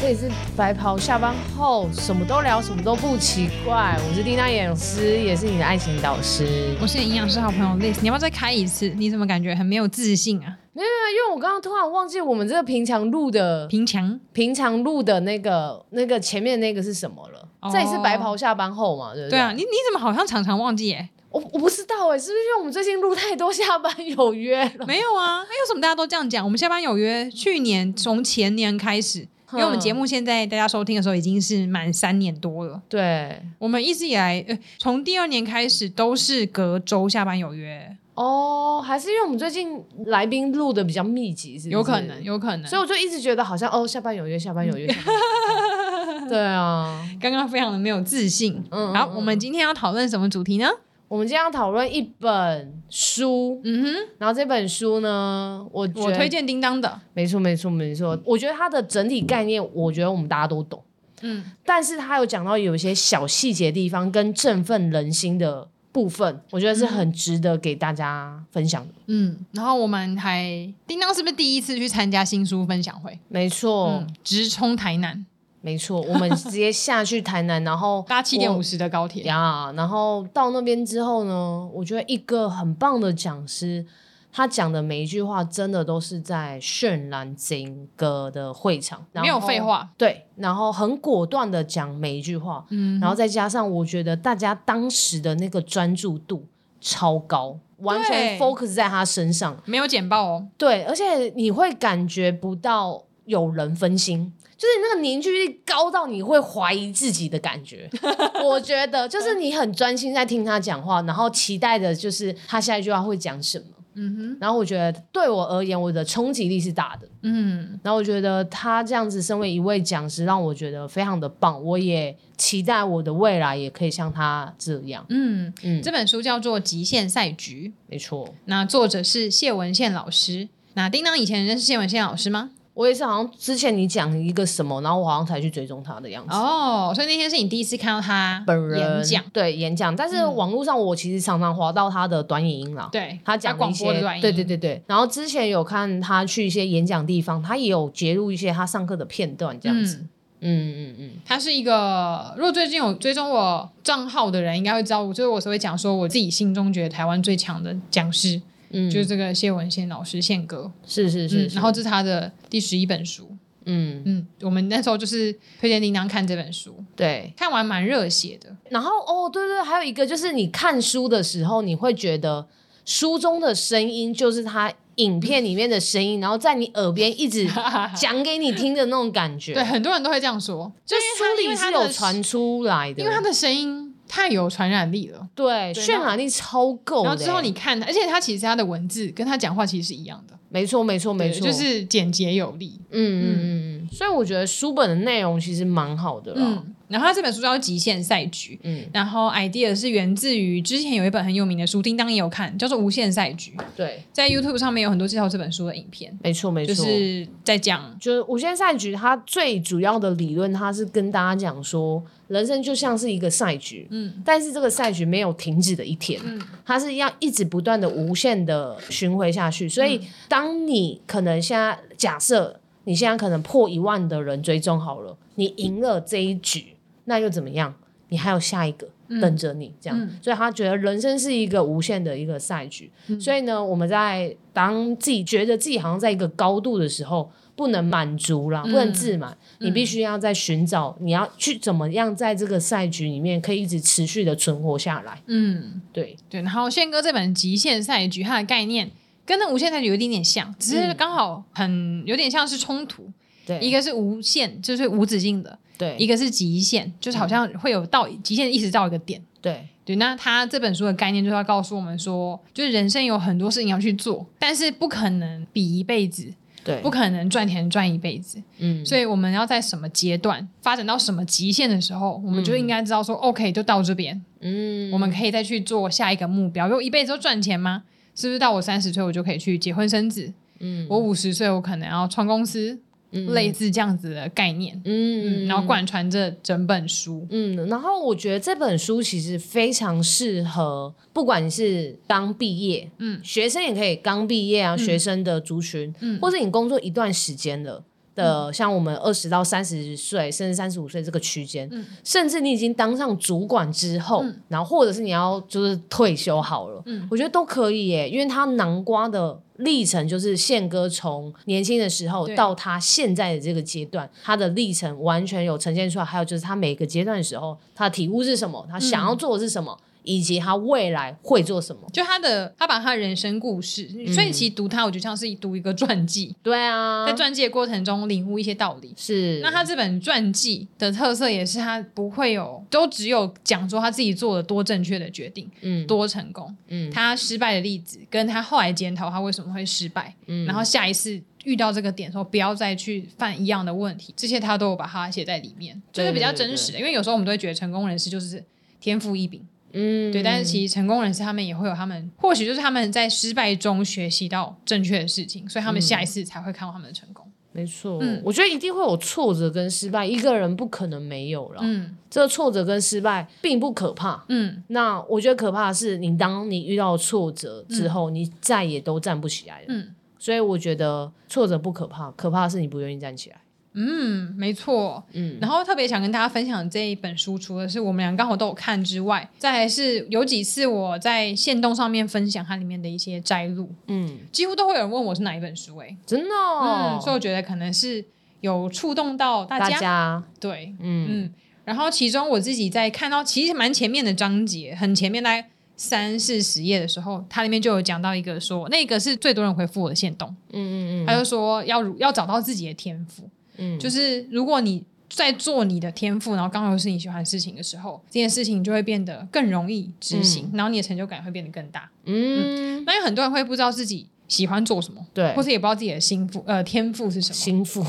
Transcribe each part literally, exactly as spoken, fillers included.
这里是白袍下班后什么都聊，什么都不奇怪。我是叮当营养师，也是你的爱情导师。 我是营养师好朋友 Liz， 你要不要再开一次？你怎么感觉很没有自信啊？ 没有，因为我刚刚突然忘记我们这个平常录的平常平常录的那个那个前面那个是什么了。哦、这里是白袍下班后嘛，对不对？ 对啊，你你怎么好像常常忘记耶？ 我我不知道哎，是不是因为我们最近录太多下班有约了？ 没有啊，为什么大家都这样讲？我们下班有约，去年从前年开始，因为我们节目现在大家收听的时候已经是满三年多了。 对， 我们一直以来，呃，从第二年开始都是隔周下班有约。 哦，还是因为我们最近来宾录的比较密集，是不是？ 有可能，有可能。 所以我就一直觉得好像哦，下班有约，下班有约。下班有约对啊， 刚刚非常的没有自信。嗯，好，我们今天要讨论什么主题呢？ 我们今天要讨论一本书，嗯哼，然后这本书呢，我觉得我推荐叮当的， 没错没错没错。我觉得它的整体概念，我觉得我们大家都懂，嗯，但是它有讲到有一些小细节的地方跟振奋人心的部分，我觉得是很值得给大家分享的。嗯， 然后我们还叮当是不是第一次去参加新书分享会？ 没错， 嗯，直冲台南。 没错，我们直接下去台南，然后搭七点五十的高铁呀，然后到那边之后呢，我觉得一个很棒的讲师，他讲的每一句话真的都是在渲染整个的会场， 没有废话， 对，然后很果断的讲每一句话，嗯，然后再加上我觉得大家当时的那个专注度超高，完全 focus 在他身上， 没有简报哦， 对，而且你会感觉不到有人分心。就是那个凝聚力高到你会怀疑自己的感觉我觉得就是你很专心在听他讲话，然后期待的就是他下一句话会讲什么，嗯哼，然后我觉得对我而言我的冲击力是大的，嗯，然后我觉得他这样子身为一位讲师让我觉得非常的棒，我也期待我的未来也可以像他这样。 嗯嗯，这本书叫做《极限赛局》， 没错， 那作者是谢文宪老师。那叮当以前认识谢文宪老师吗？ 我也是，好像之前你讲一个什么，然后我好像才去追踪他的样子。 哦，所以那天是你第一次看到他本人演讲， 对演讲。但是网络上我其实常常滑到他的短影音啦， 对， 他讲广播的短影音， 对对对对。然后之前有看他去一些演讲地方，他也有截录一些他上课的片段，这样子。嗯嗯嗯嗯， 他是一个，如果最近有追踪我账号的人，应该会知道，就是我所谓讲说我自己心中觉得台湾最强的讲师。嗯，就是这个谢文宪老师宪哥， 是是 是, 是、 嗯，然后这是他的第十一本书，嗯嗯，我们那时候就是推荐叮当看这本书， 对， 看完蛮热血的。 然后哦，对对，还有一个就是你看书的时候，你会觉得书中的声音就是他影片里面的声音，然后在你耳边一直讲给你听的那种感觉。 对，很多人都会这样说， 就书里是有传出来的， 因为他的声音太有传染力了， 对，渲染力超够的。 然后之后你看，而且他其实他的文字跟他讲话其实是一样的， 没错没错没错， 就是简洁有力。 嗯嗯嗯，所以我觉得书本的内容其实蛮好的啦。 嗯，然后他这本书叫《极限赛局》，嗯，然后 idea 是源自于之前有一本很有名的书，叮当也有看，叫做《无限赛局》。 对， 在 YouTube 上面有很多介绍这本书的影片。 没错没错， 就是在讲， 就是《无限赛局》它最主要的理论，它是跟大家讲说，人生就像是一个赛局，嗯，但是这个赛局没有停止的一天，嗯，它是要一直不断的无限的巡回下去。所以，当你可能现在假设你现在可能破一万的人追踪好了，你赢了这一局，那又怎么样？你还有下一个等着你，这样、嗯，所以他觉得人生是一个无限的一个赛局、嗯。所以呢，我们在当自己觉得自己好像在一个高度的时候，不能满足啦，不能自满、嗯，你必须要在寻找，你要去怎么样在这个赛局里面可以一直持续的存活下来。嗯，对对。 然后宪哥这本《极限赛局》它的概念跟那无限赛局有一点点像，只是刚好很有点像是冲突。对，一个是无限，就是无止境的。对，一个是极限，就是好像会有到极限一直到一个点。 对对，那他这本书的概念就是要告诉我们说，就是人生有很多事情要去做，但是不可能比一辈子，对，不可能赚钱赚一辈子。嗯，所以我们要在什么阶段发展到什么极限的时候，我们就应该知道说、嗯、OK 就到这边。嗯，我们可以再去做下一个目标。因为一辈子都赚钱吗？是不是到我三十岁我就可以去结婚生子？嗯，我五十岁我可能要创公司。嗯、类似这样子的概念，嗯，嗯然后贯穿这整本书， 嗯，然后我觉得这本书其实非常适合，不管你是刚毕业，嗯，学生也可以刚毕业啊、嗯，学生的族群，嗯，或者你工作一段时间了， 的、嗯、像我们二十到三十岁甚至三十五岁这个区间、嗯、甚至你已经当上主管之后、嗯、然后或者是你要就是退休好了、嗯、我觉得都可以耶，因为他囊括的历程就是宪哥从年轻的时候到他现在的这个阶段，他的历程完全有呈现出来，还有就是他每个阶段的时候他的体悟是什么，他想要做的是什么、嗯，以及他未来会做什么， 就他的他把他的人生故事、嗯、所以其实读他我觉得像是读一个传记， 对啊， 在传记的过程中领悟一些道理。 是， 那他这本传记的特色也是他不会有都只有讲说他自己做了多正确的决定、嗯、多成功、嗯、他失败的例子跟他后来检讨他为什么会失败、嗯、然后下一次遇到这个点的时候不要再去犯一样的问题，这些他都有把它写在里面，就是比较真实的。因为有时候我们都会觉得成功人士就是天赋异禀，嗯，对，但是其实成功人士他们也会有他们或许就是他们在失败中学习到正确的事情，所以他们下一次才会看到他们的成功、嗯、 没错、嗯、我觉得一定会有挫折跟失败，一个人不可能没有啦、嗯、这个挫折跟失败并不可怕，嗯，那我觉得可怕的是你当你遇到挫折之后、嗯、你再也都站不起来了，嗯，所以我觉得挫折不可怕，可怕的是你不愿意站起来。 嗯，没错。嗯，然后特别想跟大家分享这一本书，除了是我们俩刚好都有看之外，再来是有几次我在限动上面分享它里面的一些摘录，嗯，几乎都会有人问我是哪一本书、欸， 真的、哦， 嗯，所以我觉得可能是有触动到大家， 大家对，嗯嗯。然后其中我自己在看到其实蛮前面的章节，很前面大概三四十页的时候，它里面就有讲到一个说，那个是最多人回复我的限动，嗯嗯嗯，他就说要要找到自己的天赋。嗯，就是如果你在做你的天赋，然后刚好是你喜欢的事情的时候，这件事情就会变得更容易执行、嗯、然后你的成就感会变得更大。 嗯, 嗯，那有很多人会不知道自己喜欢做什么，对，或是也不知道自己的心腹呃天赋是什么， 心腹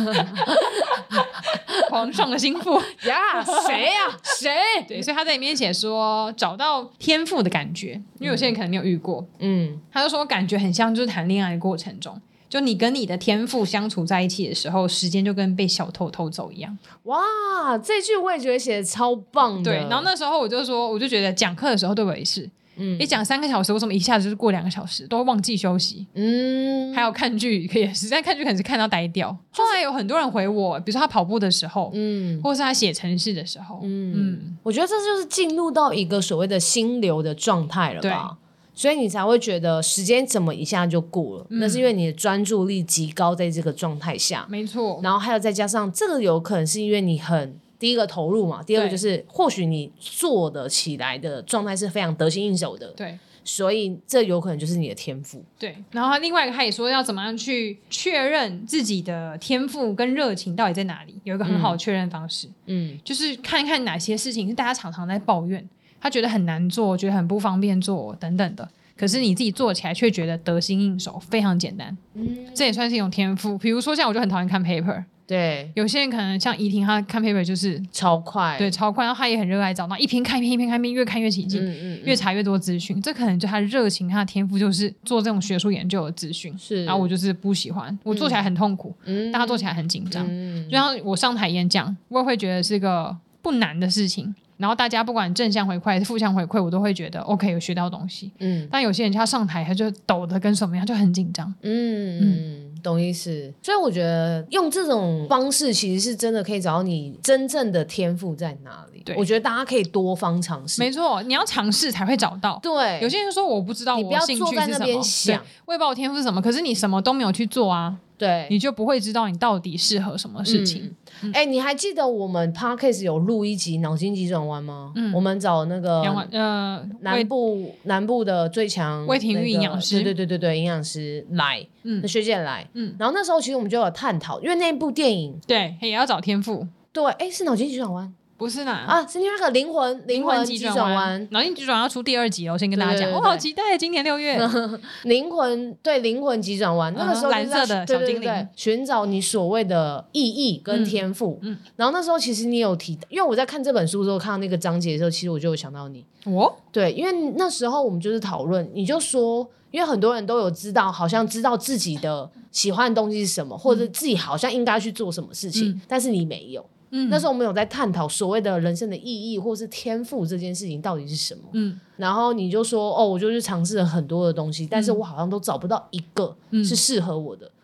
皇上的心腹呀，谁呀谁？ 对，所以他在里面写说找到天赋的感觉，因为有些人可能没有遇过，嗯，他就说感觉很像就是谈恋爱的过程中，就你跟你的天赋相处在一起的时候，时间就跟被小偷偷走一样。 哇，这句我也觉得写得超棒的。 对，然后那时候我就说，我就觉得讲课的时候对我也是，嗯，你讲三个小时，为什么一下子就是过两个小时，都会忘记休息？嗯，还有看剧也是，但看剧可能是看到呆掉。后来有很多人回我，比如说他跑步的时候，嗯，或是他写程式的时候，嗯嗯，我觉得这就是进入到一个所谓的心流的状态了吧。所以你才会觉得时间怎么一下就过了、嗯、那是因为你的专注力极高在这个状态下， 没错。 然后还有再加上这个有可能是因为你很第一个投入嘛，第二个就是或许你做得起来的状态是非常得心应手的， 对， 所以这有可能就是你的天赋。 对，然后另外一个他也说要怎么样去确认自己的天赋跟热情到底在哪里，有一个很好的确认方式，嗯，就是看看哪些事情是大家常常在抱怨，他觉得很难做，觉得很不方便做等等的，可是你自己做起来却觉得得心应手，非常简单，嗯，这也算是一种天赋。比如说像我就很讨厌看 paper， 对，有些人可能像怡婷她看 paper 就是超快， 对，超快，然后她也很热爱找到一篇看一篇一篇看一篇，越看越起劲，嗯嗯嗯，越查越多资讯，这可能就她的热情，她的天赋就是做这种学术研究的资讯，是，然后我就是不喜欢，我做起来很痛苦，嗯，但她做起来很紧张，嗯，就像我上台演讲，我也会觉得是个不难的事情，然后大家不管正向回馈还是负向回馈，我都会觉得 OK 有学到东西，嗯，但有些人他上台他就抖得跟什么样，就很紧张， 嗯嗯，懂意思。所以我觉得用这种方式其实是真的可以找到你真正的天赋在哪里。对，我觉得大家可以多方尝试， 没错，你要尝试才会找到。对，有些人说我不知道我兴趣是什么，你不要坐在那边想我也不知道我天赋是什么，可是你什么都没有去做啊，对，你就不会知道你到底适合什么事情。嗯哎、嗯欸，你还记得我们 Podcast 有录一集脑筋急转弯吗？嗯，我们找那个呃南部南部的最强魏廷玉营养师， 对对对对，营养师来，嗯，那学姐来，嗯，然后那时候其实我们就有探讨，因为那部电影对也要找天赋， 对，哎、欸，是脑筋急转弯。 不是啦啊，是那个灵魂灵魂急转弯， 脑筋急转弯要出第二集了，我先跟大家讲，我好期待，今年六月灵魂对灵魂急转弯，那个时候蓝色的小精灵， 寻找你所谓的意义跟天赋。嗯，然后那时候其实你有提，因为我在看这本书的时候看到那个章节的时候，其实我就有想到你。哦，对，因为那时候我们就是讨论，你就说，因为很多人都有知道，好像知道自己的喜欢的东西是什么，或者自己好像应该去做什么事情，嗯、但是你没有。嗯，那时候我们有在探讨所谓的人生的意义或是天赋这件事情到底是什么，嗯，然后你就说哦，我就去尝试了很多的东西，但是我好像都找不到一个是适合我的，嗯，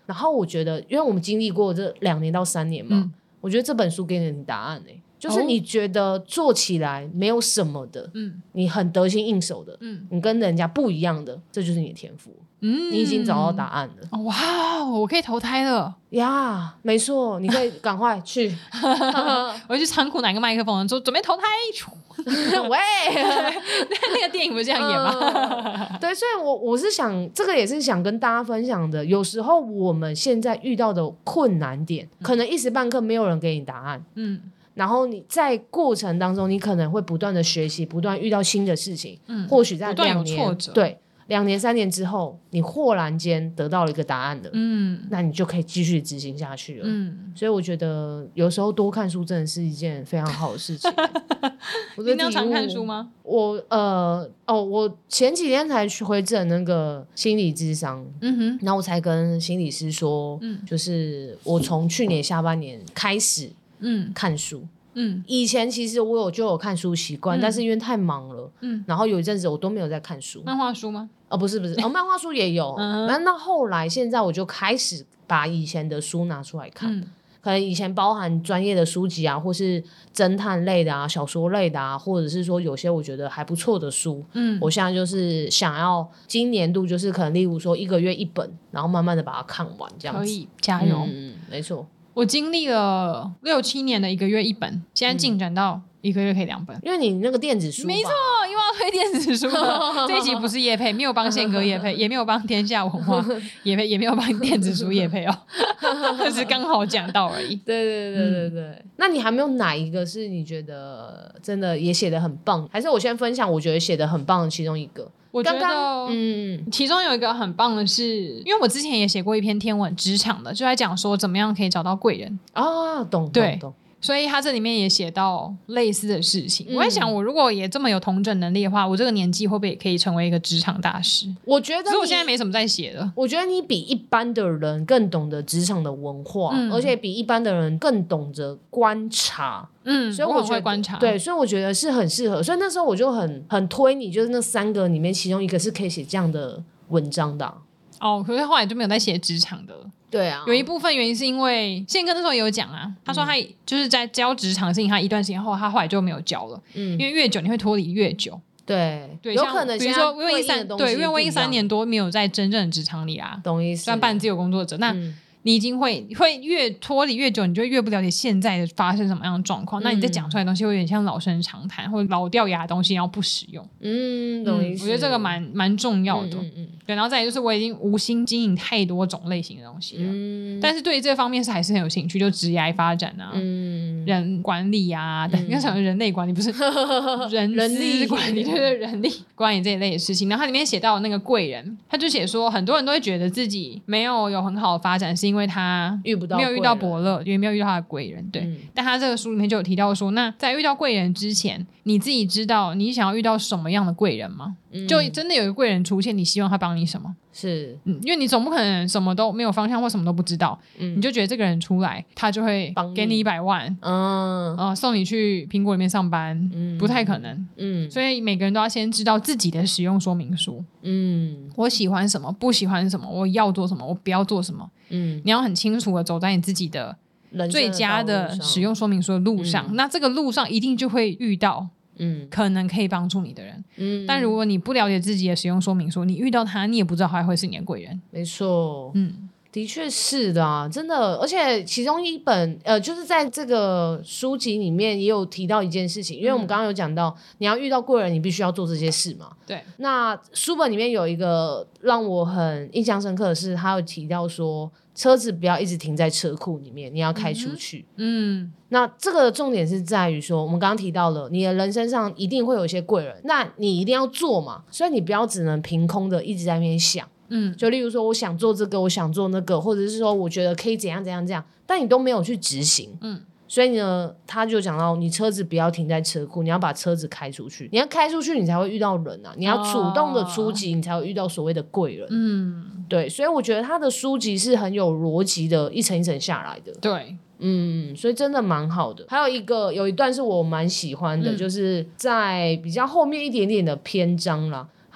然后我觉得因为我们经历过这两年到三年嘛、嗯、我觉得这本书给你答案、欸、就是你觉得做起来没有什么的、哦、你很得心应手的、嗯、你跟人家不一样的，这就是你的天赋。嗯，你已经找到答案了。 哇，我可以投胎了呀！没错，你可以赶快去。 我去仓库拿个麦克风，说准备投胎。 喂， 那个电影不是这样演吗？ 嗯、对，所以我我是想，这个也是想跟大家分享的。有时候我们现在遇到的困难点，可能一时半刻没有人给你答案。嗯。然后你在过程当中，你可能会不断的学习，不断遇到新的事情。嗯。或许在两年， 挫折， 对。两年三年之后你豁然间得到了一个答案了，嗯，那你就可以继续执行下去了，嗯，所以我觉得有时候多看书真的是一件非常好的事情。 我平常常看书吗？ 我呃哦，我前几天才去回诊那个心理咨商，嗯哼，然后我才跟心理师说，嗯，就是我从去年下半年开始，嗯，看书。嗯，以前其实我有就有看书习惯、嗯，但是因为太忙了，嗯，然后有一阵子我都没有在看书。 漫画书吗？ 哦，不是不是，哦，漫画书也有。嗯，那那后来现在我就开始把以前的书拿出来看，嗯、可能以前包含专业的书籍啊，或是侦探类的啊、小说类的啊，或者是说有些我觉得还不错的书，嗯，我现在就是想要今年度就是可能例如说一个月一本，然后慢慢的把它看完，这样子。 可以，加油。 嗯，没错。 我经历了六七年的一个月一本，现在进展到一个月可以两本、嗯、 因为你那个电子书吧， 没错，又要推电子书了。这一集不是业配，没有帮宪哥业配，也没有帮天下文化业配，也没有帮电子书业配哦，就是刚好讲到而已。 对对对对对、嗯、那你还没有哪一个是你觉得真的也写得很棒，还是我先分享我觉得写得很棒的其中一个？ 我觉得刚刚嗯，其中有一个很棒的是，因为我之前也写过一篇天文职场的，就在讲说怎么样可以找到贵人啊，懂对懂懂。 所以他这里面也写到类似的事情、嗯、我在想我如果也这么有统整能力的话，我这个年纪会不会也可以成为一个职场大师？ 我觉得可是我现在没什么在写了。 我觉得你比一般的人更懂得职场的文化、嗯、而且比一般的人更懂得观察。 嗯， 所以我觉得我很会观察， 对，所以我觉得是很适合。所以那时候我就很很推你，就是那三个里面其中一个是可以写这样的文章的、啊、 哦。可是后来就没有在写职场的了。 对啊， 有一部分原因是因为宪哥那时候也有讲啊，他说他就是在教职场的事情，他一段时间后他后来就没有教了，嗯，因为越久你会脱离越久。 对对， 有可能比如说我已三对，因为我已经三年多没有在真正的职场里啊， 懂意思？ 算半自由工作者，那、嗯、你已经会会越脱离越久，你就越不了解现在的发生什么样的状况、嗯、那你再讲出来的东西会有点像老生常谈或者老掉牙的东西，然后不实用。 嗯，懂意思、嗯、 我觉得这个蛮蛮重要的。嗯嗯嗯，对，然后再来就是我已经无心经营太多种类型的东西了，嗯，但是对于这方面是还是很有兴趣，就职业发展啊，嗯，人管理啊，嗯、你要想人类管理不是人资管理，就是人力管理这一类的事情。然后它里面写到那个贵人，他就写说很多人都会觉得自己没有有很好的发展，是因为他遇不到没有遇到伯乐，也没有遇到他的贵人。对、嗯，但他这个书里面就有提到说，那在遇到贵人之前，你自己知道你想要遇到什么样的贵人吗？嗯、就真的有一个贵人出现，你希望他帮你什么？ 是、 嗯，因为你总不可能什么都没有方向或什么都不知道、嗯、你就觉得这个人出来他就会给你一百万，嗯、呃、送你去苹果里面上班、嗯、不太可能，嗯，所以每个人都要先知道自己的使用说明书，嗯，我喜欢什么不喜欢什么，我要做什么我不要做什么，嗯，你要很清楚的走在你自己的最佳的使用说明书的路上、嗯、那这个路上一定就会遇到嗯，可能可以帮助你的人，嗯，但如果你不了解自己的使用说明书，你遇到他你也不知道他会是你的贵人。 没错，嗯，的确是的啊，真的。而且其中一本呃，就是在这个书籍里面也有提到一件事情，因为我们刚刚有讲到、嗯、你要遇到贵人你必须要做这些事嘛， 对。 那书本里面有一个让我很印象深刻的是，他有提到说车子不要一直停在车库里面，你要开出去。嗯，嗯，那这个重点是在于说，我们刚刚提到了，你的人生上一定会有一些贵人，那你一定要做嘛，所以你不要只能凭空的一直在那边想。嗯，就例如说，我想做这个，我想做那个，或者是说，我觉得可以怎样怎样怎样，但你都没有去执行。嗯。所以呢，他就讲到你车子不要停在车库，你要把车子开出去，你要开出去你才会遇到人啊，你要主动的出击、哦、你才会遇到所谓的贵人。嗯，对，所以我觉得他的书籍是很有逻辑的，一层一层下来的。 对， 嗯，所以真的蛮好的。还有一个有一段是我蛮喜欢的、嗯、就是在比较后面一点点的篇章啦，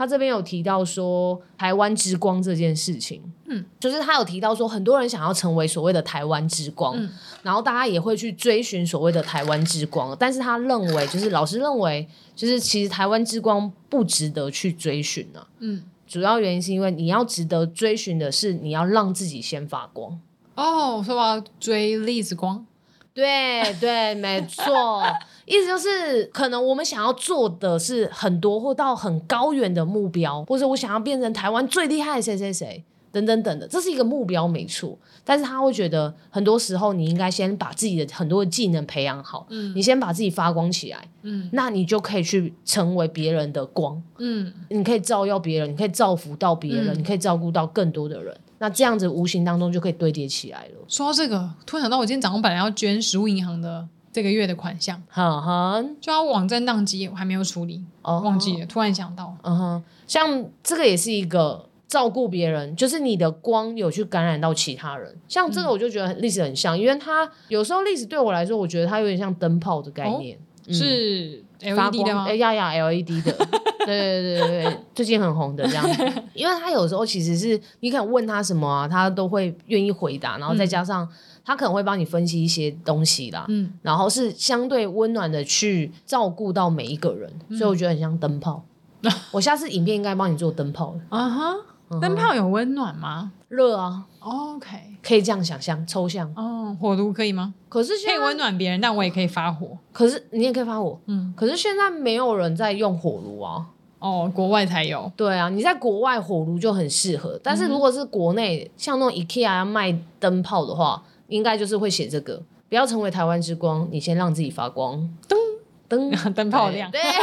他这边有提到说台湾之光这件事情，嗯，就是他有提到说很多人想要成为所谓的台湾之光，嗯，然后大家也会去追寻所谓的台湾之光，但是他认为就是老师认为就是其实台湾之光不值得去追寻啊，嗯，主要原因是因为你要值得追寻的是你要让自己先发光。 哦，说我要追粒子光。 对对，没错，意思就是可能我们想要做的是很多或到很高远的目标，或者我想要变成台湾最厉害的谁谁谁等等等的，这是一个目标没错，但是他会觉得很多时候你应该先把自己的很多的技能培养好，嗯，你先把自己发光起来，嗯，那你就可以去成为别人的光，嗯，你可以照耀别人，你可以造福到别人，嗯，你可以照顾到更多的人，那这样子无形当中就可以堆叠起来了。 说到这个，突然想到我今天早上本来要捐食物银行的这个月的款项， 呵呵， 就要网站宕机，我还没有处理，哦，忘记了，突然想到， 嗯哼，像这个也是一个照顾别人，就是你的光有去感染到其他人，像这个我就觉得历史很像，嗯，因为它有时候历史对我来说，我觉得它有点像灯泡的概念，哦嗯，是 L E D 的吗？ 哎呀呀 L E D 的对对对对对，最近很红的这样子因为他有时候其实是你可能问他什么啊，他都会愿意回答，然后再加上他可能会帮你分析一些东西啦，嗯，然后是相对温暖的去照顾到每一个人，嗯，所以我觉得很像灯泡我下次影片应该帮你做灯泡啊哈，灯泡有温暖吗？ 热啊， 哦，OK， 可以这样想象，抽象哦。火炉可以吗？ 可是现在可以温暖别人，但我也可以发火。 可是你也可以发火，嗯。可是现在没有人在用火炉啊。 哦，国外才有。 对啊，你在国外火炉就很适合，但是如果是国内，嗯，像那种 IKEA 要卖灯泡的话，应该就是会写这个：不要成为台湾之光，你先让自己发光。灯灯灯泡亮， 对，对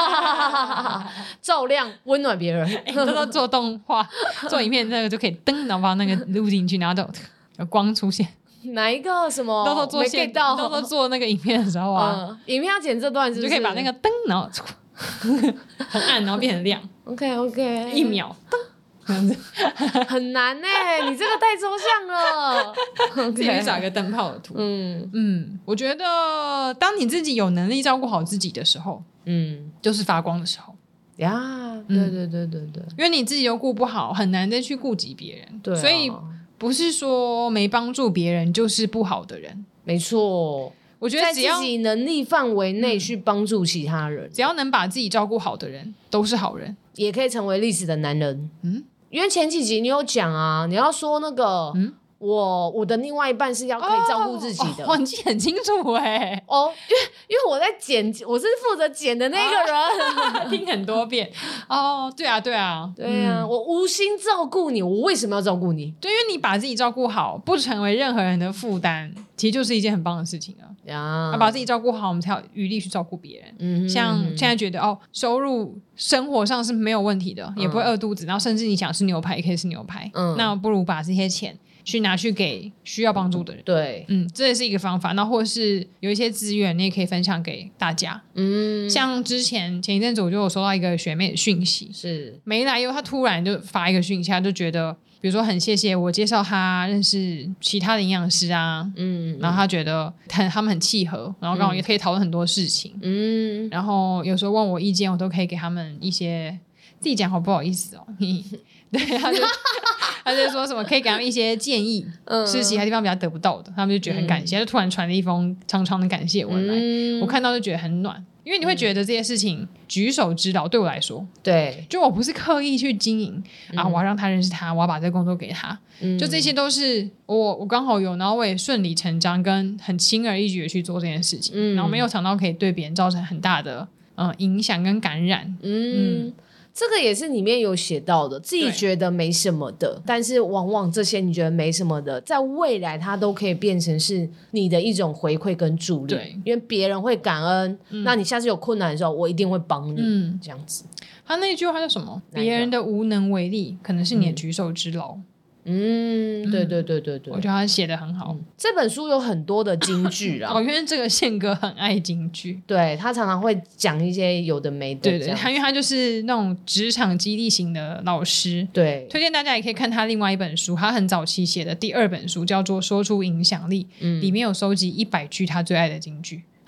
照亮温暖别人。 欸，都都做动画做影片那个就可以灯，然后把那个录进去，然后就有光出现。 哪一个什么？ 都都做线，都都做那个影片的时候啊， 嗯，影片要剪这段是不是？ 就可以把那个灯，然后很暗，然后变成亮。 OK OK， 一秒灯。 很难欸，你这个太抽象了。 自己去找一个灯泡的图。嗯嗯，我觉得当你自己有能力照顾好自己的时候，嗯，就是发光的时候呀。对对对对对， 因为你自己又顾不好，很难再去顾及别人。 对， 所以不是说没帮助别人就是不好的人。 没错， 我觉得只要在自己能力范围内去帮助其他人， 嗯，只要能把自己照顾好的人都是好人， 也可以成为历史的男人。嗯。因为前几集你有讲啊，你要说那个，嗯，我我的另外一半是要可以照顾自己的， 忘记，哦哦，很清楚哎，欸， 哦，因为因为我在剪，我是负责剪的那个人， 哦，听很多遍，哦，对啊，对啊， 对啊，嗯，我无心照顾你，我为什么要照顾你？ 对，因为你把自己照顾好，不成为任何人的负担，其实就是一件很棒的事情啊。啊，把自己照顾好，我们才有余力去照顾别人。嗯，像现在觉得哦，收入生活上是没有问题的，嗯，也不会饿肚子，然后甚至你想吃牛排也可以吃牛排，嗯，那不如把这些钱去拿去给需要帮助的人。 对， 嗯，这也是一个方法。那或者是有一些资源，你也可以分享给大家。嗯，像之前前一阵子我就有收到一个学妹的讯息， 是没来由她突然就发一个讯息，她就觉得。比如说很谢谢我介绍他认识其他的营养师啊，嗯，然后他觉得很他们很契合，然后刚好也可以讨论很多事情，嗯，然后有时候问我意见，我都可以给他们一些自己讲好不好意思哦，对，他就他就说什么可以给他们一些建议，嗯，是其他地方比较得不到的，他们就觉得很感谢，嗯，就突然传了一封长长的感谢文来，嗯，我看到就觉得很暖。因为你会觉得这些事情举手之劳，对我来说， 对， 就我不是刻意去经营，嗯，啊，我要让他认识他，我要把这个工作给他，嗯，就这些都是我我刚好有，然后我也顺理成章跟很轻而易举的去做这件事情，嗯，然后没有想到可以对别人造成很大的呃影响跟感染，嗯。嗯， 这个也是里面有写到的，自己觉得没什么的，但是往往这些你觉得没什么的，在未来它都可以变成是你的一种回馈跟助力。对，因为别人会感恩，嗯，那你下次有困难的时候，我一定会帮你，嗯，这样子。 他那句话叫什么？别人的无能为力，可能是你的举手之劳。嗯嗯，对对对对对， 我觉得他写得很好，嗯， 这本书有很多的金句啦。 哦，因为这个宪哥很爱金句， 对，他常常会讲一些有的没的， 对对，他因为他就是那种职场激励型的老师， 对， 推荐大家也可以看他另外一本书，他很早期写的第二本书叫做《说出影响力》，嗯，里面有收集一百句他最爱的金句。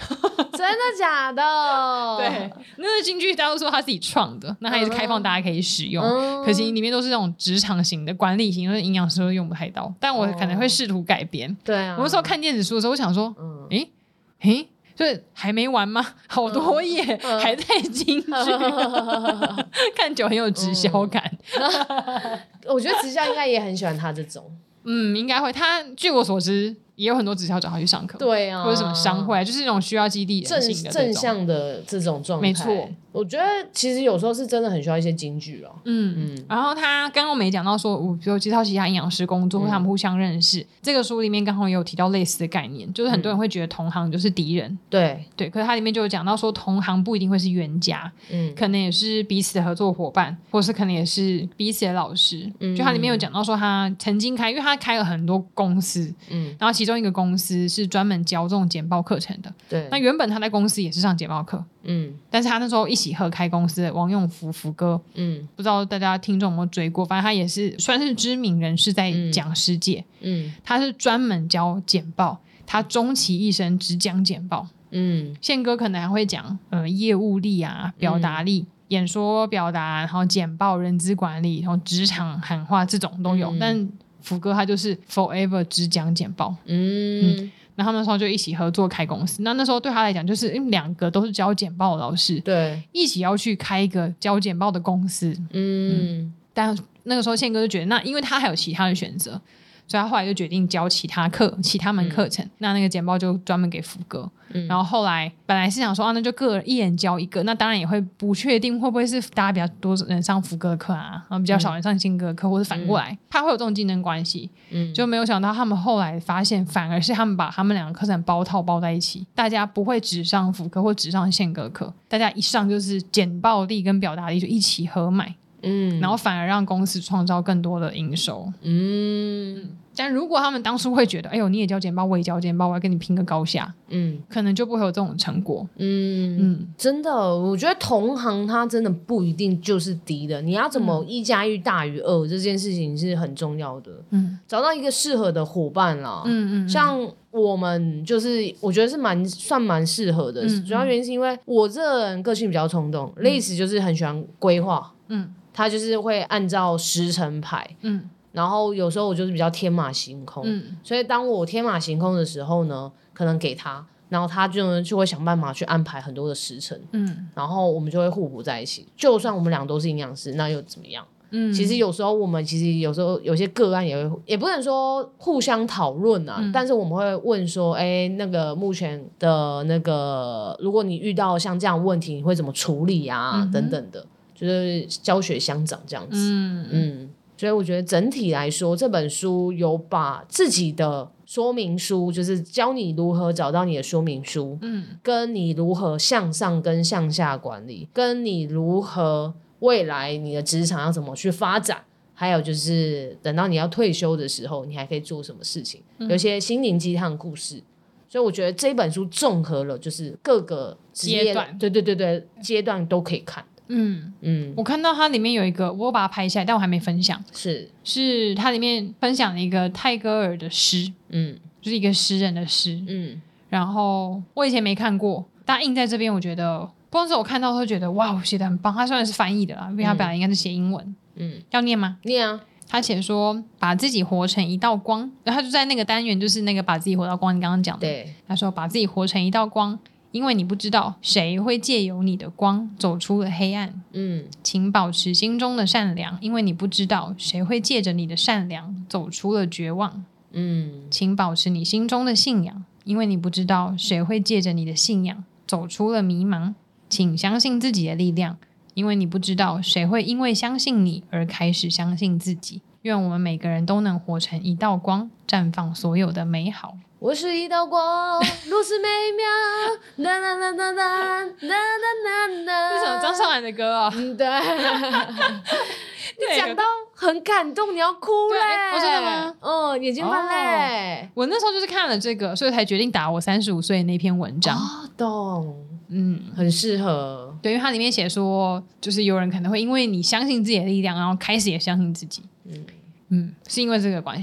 真的假的？ 对，那个京剧大家都说他自己创的，那他也是开放大家可以使用，嗯、可惜里面都是那种职场型的、管理型，因为营养师都用不太到。但我可能会试图改编。对啊，我那时候看电子书的时候，我想说，嗯，诶诶。就是还没完吗？好多页、嗯、还在京剧，嗯、看久很有直销感。 嗯、我觉得直销应该也很喜欢他这种。 嗯，应该会。他据我所知，也有很多直销找他去上课， 对啊， 或者什么商会，就是那种需要激励人性的正正向的这种状态。 没错， 我觉得其实有时候是真的很需要一些金句哦。 嗯嗯。然后他刚刚没讲到说，我比如介绍其他营养师工作，或他们互相认识。嗯、这个书里面刚好也有提到类似的概念，就是很多人会觉得同行就是敌人。对、嗯、对，可是它里面就有讲到说，同行不一定会是冤家，嗯，可能也是彼此的合作伙伴，或是可能也是彼此的老师。嗯，就它里面有讲到说，他曾经开，因为他开了很多公司，嗯，然后其中一个公司是专门教这种简报课程的。对，那原本他在公司也是上简报课，嗯，但是他那时候一起合开公司的王永福福哥，嗯，不知道大家听众有没有追过，反正他也是算是知名人士在讲师界，嗯，他是专门教简报，他终其一生只讲简报，嗯，宪哥可能还会讲呃业务力啊、表达力、嗯、演说表达，然后简报、人资管理，然后职场喊话这种都有，嗯、但福哥他就是 forever 只讲简报，嗯。嗯，那他们那时候就一起合作开公司。那那时候对他来讲，就是因为两个都是教简报的老师，对，一起要去开一个教简报的公司。嗯，嗯但那个时候宪哥就觉得，那因为他还有其他的选择，所以他后来就决定教其他课、其他门课程。嗯、那那个简报就专门给福哥。嗯、然后后来本来是想说啊，那就各人一人教一个。那当然也会不确定会不会是大家比较多人上福哥的课啊，然后比较少人上宪哥的课，或者反过来，他、嗯、会有这种竞争关系。嗯，就没有想到他们后来发现，反而是他们把他们两个课程包套包在一起，大家不会只上福哥或只上宪哥课，大家一上就是简报力跟表达力就一起合买。嗯，然后反而让公司创造更多的营收。嗯，但如果他们当初会觉得，哎呦，你也教简报，我也教简报，我要跟你拼个高下，嗯，可能就不会有这种成果。嗯嗯，真的，我觉得同行他真的不一定就是敌人，你要怎么一加一大于二、嗯、这件事情是很重要的。嗯，找到一个适合的伙伴啦。嗯 嗯, 嗯，像我们就是我觉得是蛮算蛮适合的、嗯，主要原因是因为我这个人个性比较冲动，类似就是很喜欢规划。嗯。他就是会按照时程排，嗯，然后有时候我就是比较天马行空，嗯，所以当我天马行空的时候呢，可能给他，然后他就就会想办法去安排很多的时程，嗯，然后我们就会互补在一起。就算我们俩都是营养师，那又怎么样？嗯，其实有时候我们其实有时候有些个案也会，也不能说互相讨论啊、嗯，但是我们会问说，哎，那个目前的那个，如果你遇到像这样的问题，你会怎么处理啊？嗯、等等的。就是教学相长这样子，嗯嗯，所以我觉得整体来说，这本书有把自己的说明书，就是教你如何找到你的说明书，嗯，跟你如何向上跟向下管理，跟你如何未来你的职场要怎么去发展，还有就是等到你要退休的时候，你还可以做什么事情，嗯、有些心灵鸡汤故事。所以我觉得这本书综合了就是各个职业阶段，对对对对，阶段都可以看。 嗯嗯，我看到它里面有一个，我把它拍下来，但我还没分享。是是，它里面分享了一个泰戈尔的诗，嗯，就是一个诗人的诗，嗯。然后我以前没看过，但印在这边，我觉得光是我看到会觉得哇，写得很棒。他虽然是翻译的啦，因为他本来应该是写英文，嗯，要念吗？ 念啊。 他写说，把自己活成一道光，然后他就在那个单元，就是那个把自己活到光，你刚刚讲的，对，他说把自己活成一道光。因为你不知道谁会借由你的光走出了黑暗，嗯，请保持心中的善良，因为你不知道谁会借着你的善良走出了绝望，嗯，请保持你心中的信仰，因为你不知道谁会借着你的信仰走出了迷茫，请相信自己的力量，因为你不知道谁会因为相信你而开始相信自己。愿我们每个人都能活成一道光，绽放所有的美好。 我是一道光，如此美妙。哒哒哒哒哒哒哒哒。 这是什么张韶涵的歌啊？ 嗯，对。你讲到很感动，你要哭嘞！ 我真的吗？ 嗯，眼睛泛泪。 我那时候就是看了这个，所以才决定打我三十五岁那篇文章。 哦，懂。嗯，很适合。 对，因为它里面写说，就是有人可能会因为你相信自己的力量，然后开始也相信自己。嗯嗯，是因为这个关系。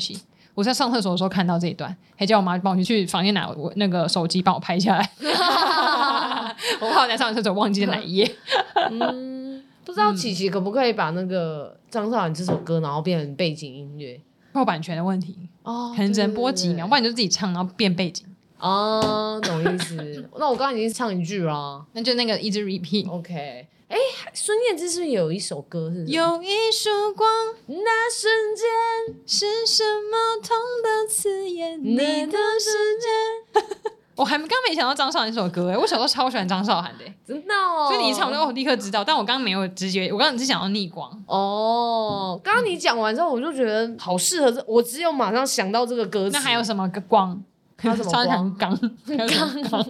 我在上厕所的时候看到这一段，还叫我妈帮我去房间拿我那个手机帮我拍下来我怕我在上厕所忘记哪一页嗯，不知道琪琪可不可以把那个张韶涵这首歌然后变成背景音乐， 有版权的问题哦，可能只能播几秒，不然你就自己唱然后变背景哦，懂意思那我刚刚已经唱一句啦， 那就那个一直 repeat OK。哎，孙燕姿是不是有一首歌是有一束光， 那瞬间是什么痛的刺眼你的时间我还刚没想到张韶涵这首歌，我小时候超喜欢张韶涵的， 真的哦， 所以你一唱我立刻知道，但我刚刚没有直觉，我刚刚只想到逆光哦。刚刚你讲完之后我就觉得好适合，我只有马上想到这个歌词。 那还有什么光？ 还有什么光？ 钢钢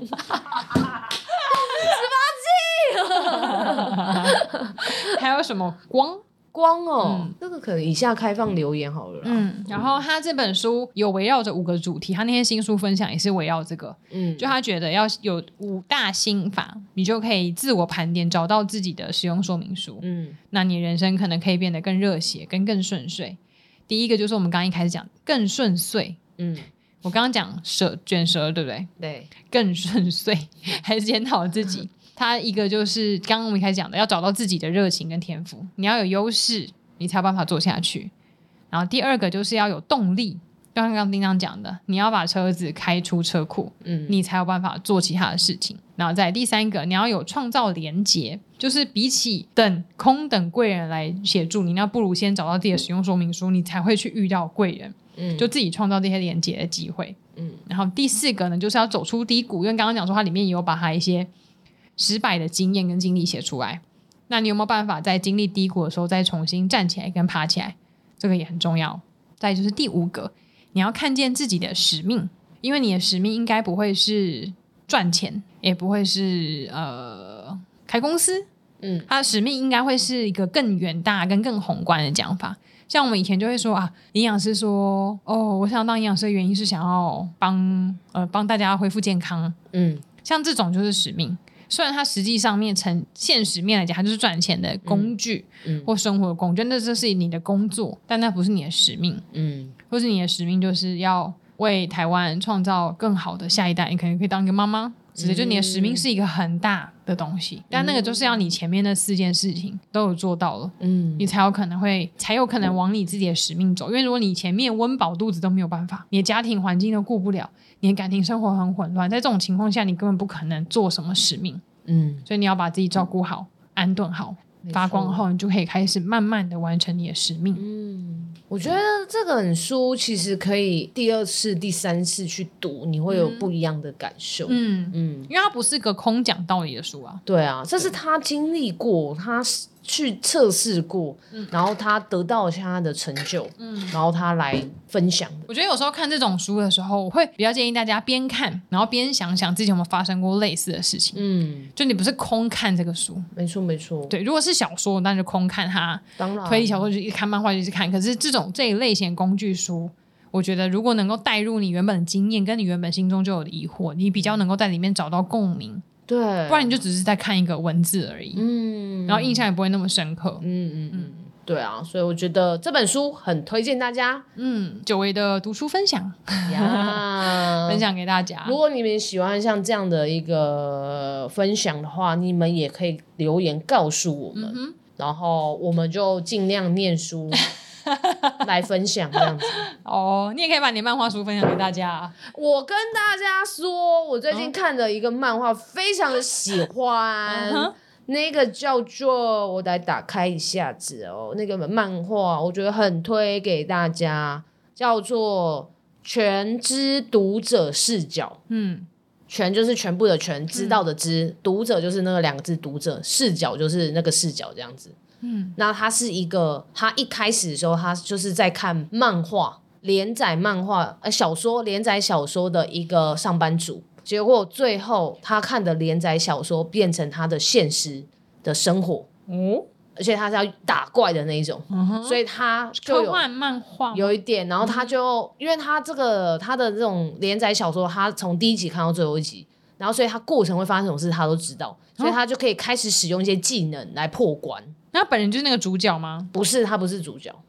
还有什么光光哦、嗯、这个可能以下开放留言好了啦。 嗯，然后他这本书有围绕着五个主题，他那天新书分享也是围绕这个，嗯，就他觉得要有五大心法，你就可以自我盘点，找到自己的使用说明书，嗯，那你人生可能可以变得更热血，跟更顺遂。第一个就是我们刚刚一开始讲更顺遂，嗯，我刚刚讲舌卷舌对不对？ 对， 更顺遂还是检讨自己他一个就是刚刚我们一开始讲的，要找到自己的热情跟天赋，你要有优势你才有办法做下去。然后第二个就是要有动力，就像刚刚叮当讲的，你要把车子开出车库，嗯，你才有办法做其他的事情。然后再来第三个，你要有创造连结，就是比起等空等贵人来协助你，那不如先找到自己的使用说明书，你才会去遇到贵人，嗯，就自己创造这些连结的机会，嗯。然后第四个呢，就是要走出低谷，因为刚刚讲说它里面也有把它一些失败的经验跟经历写出来，那你有没有办法在经历低谷的时候再重新站起来跟爬起来，这个也很重要。再就是第五个，你要看见自己的使命，因为你的使命应该不会是赚钱，也不会是呃开公司，嗯，它的使命应该会是一个更远大跟更宏观的讲法。像我们以前就会说啊，营养师说哦，我想要当营养师的原因是想要帮呃帮大家恢复健康，嗯，像这种就是使命。虽然它实际上面从现实面来讲它就是赚钱的工具、嗯、或生活的工具，那这是你的工作，但那不是你的使命，嗯，或是你的使命就是要为台湾创造更好的下一代，你可能可以当一个妈妈之类，就你的使命是一个很大的东西、嗯、但那个就是要你前面的四件事情都有做到了，嗯，你才有可能会才有可能往你自己的使命走。因为如果你前面温饱肚子都没有办法，你的家庭环境都顾不了，你的感情生活很混乱，在这种情况下你根本不可能做什么使命，嗯，所以你要把自己照顾好、安顿好，发光后你就可以开始慢慢的完成你的使命。 嗯，我觉得这本书其实可以第二次第三次去读，你会有不一样的感受。嗯嗯，因为它不是个空讲道理的书啊。 对啊，这是他经历过，他去测试过、嗯、然后他得到了他的成就、嗯、然后他来分享的。 我觉得有时候看这种书的时候，我会比较建议大家边看然后边想想自己有没有发生过类似的事情。嗯，就你不是空看这个书。 没错没错。 对，如果是小说那就空看它，当然推理小说就一看，漫画就一直看。可是这种这一类型工具书，我觉得如果能够带入你原本的经验跟你原本心中就有的疑惑，你比较能够在里面找到共鸣。 对， 不然你就只是在看一个文字而已，嗯，然后印象也不会那么深刻， 嗯嗯嗯，对啊，所以我觉得这本书很推荐大家， 嗯，久违的读书分享呀，分享给大家。 如果你们喜欢像这样的一个分享的话，你们也可以留言告诉我们，嗯、然后我们就尽量念书。来分享这样子哦，你也可以把你的漫画书分享给大家、啊。 我跟大家说，我最近看的一个漫画非常的喜欢，嗯、那个叫做我来打开一下子哦，那个漫画我觉得很推给大家，叫做《全知读者视角》。嗯，全就是全部的全，知道的知，嗯、读者就是那个两个字读者，视角就是那个视角这样子。嗯，那他是一个，他一开始的时候，他就是在看漫画连载漫画呃小说连载小说的一个上班族，结果最后他看的连载小说变成他的现实的生活，哦，而且他是要打怪的那一种，嗯、所以他就有科幻漫画有一点，然后他就、嗯、因为他这个他的这种连载小说，他从第一集看到最后一集，然后所以他过程会发生什么事他都知道，所以他就可以开始使用一些技能来破关。 那本人就是那个主角吗？ 不是，他不是主角。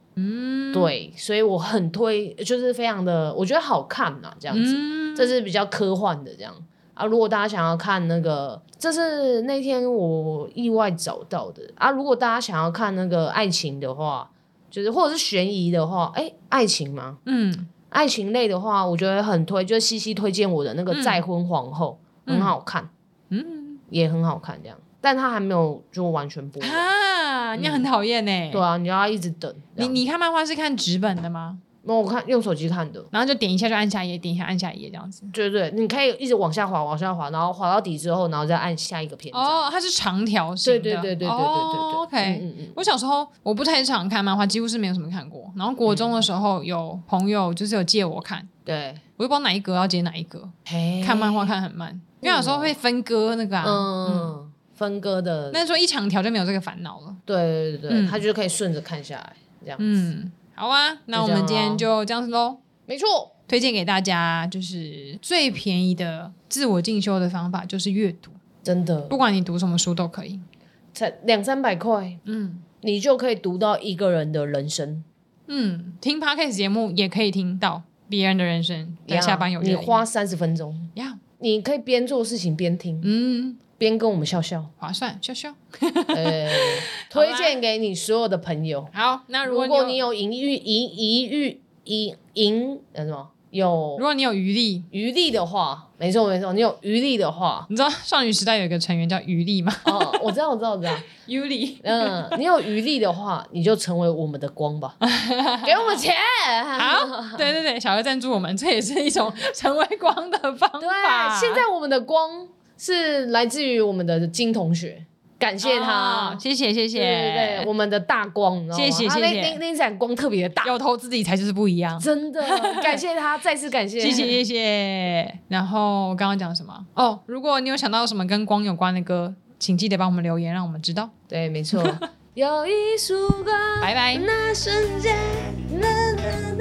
嗯，对，所以我很推，就是非常的，我觉得好看啊，这样子，嗯、这是比较科幻的这样啊。如果大家想要看那个，这是那天我意外找到的啊。如果大家想要看那个爱情的话，就是或者是悬疑的话，哎，爱情吗？嗯，爱情类的话，我觉得很推，就是西西推荐我的那个《再婚皇后》，嗯、很好看，嗯，也很好看这样。但他还没有就完全播啊，你很讨厌呢。 对啊，你要一直等。 你你看漫画是看纸本的吗？ 没有，我看用手机看的， 然后就点一下就按下一页，点一下按下一页这样子。 对对，你可以一直往下滑，往下滑，然后滑到底之后，然后再按下一个篇章。 哦，它是长条形的。 对对对对对对对对。 哦、OK，、嗯嗯、我小时候我不太常看漫画，几乎是没有什么看过。然后国中的时候有朋友就是有借我看， 对， 我就不知道哪一格要接哪一格。看漫画看很慢，因为有时候会分割那个啊。嗯。嗯分割的， 那说一长条就没有这个烦恼了。 对对对对，嗯、他就可以顺着看下来，这样子。嗯， 好啊，那我们今天就这样子喽。 没错， 推荐给大家就是最便宜的自我进修的方法就是阅读， 真的， 不管你读什么书都可以， 才两三百块，嗯，你就可以读到一个人的人生。 嗯，听 Podcast 节目也可以听到别人的人生，在下班有你花三十分钟呀， yeah. 你可以边做事情边听，嗯。边跟我们笑笑， 划算，笑笑。 呃，推荐给你所有的朋友。 好，那如果你 有, 如果你有淫欲、淫淫欲、淫淫呃什么有， 如果你有余力， 余力的话，没错没错，你有余力的话， 你知道少女时代有一个成员叫余力吗？ 哦，我知道，我知道，我知道。 余力， 嗯，你有余力的话，你就成为我们的光吧，给我们钱。 好，对对对，小额赞助我们，这也是一种成为光的方法。 对，现在我们的光。是来自于我们的金同学，感谢他， 哦、谢谢谢谢， 对对对，我们的大光，你知道吗？ 谢谢谢谢， 那那盏光特别的大， 有投资理财就是不一样， 真的，感谢他，再次感谢， 谢谢谢谢。然后我刚刚讲什么？哦，如果你有想到什么跟光有关的歌，请记得帮我们留言，让我们知道。 对，没错。有一束光， 拜拜。 那瞬间，啦啦啦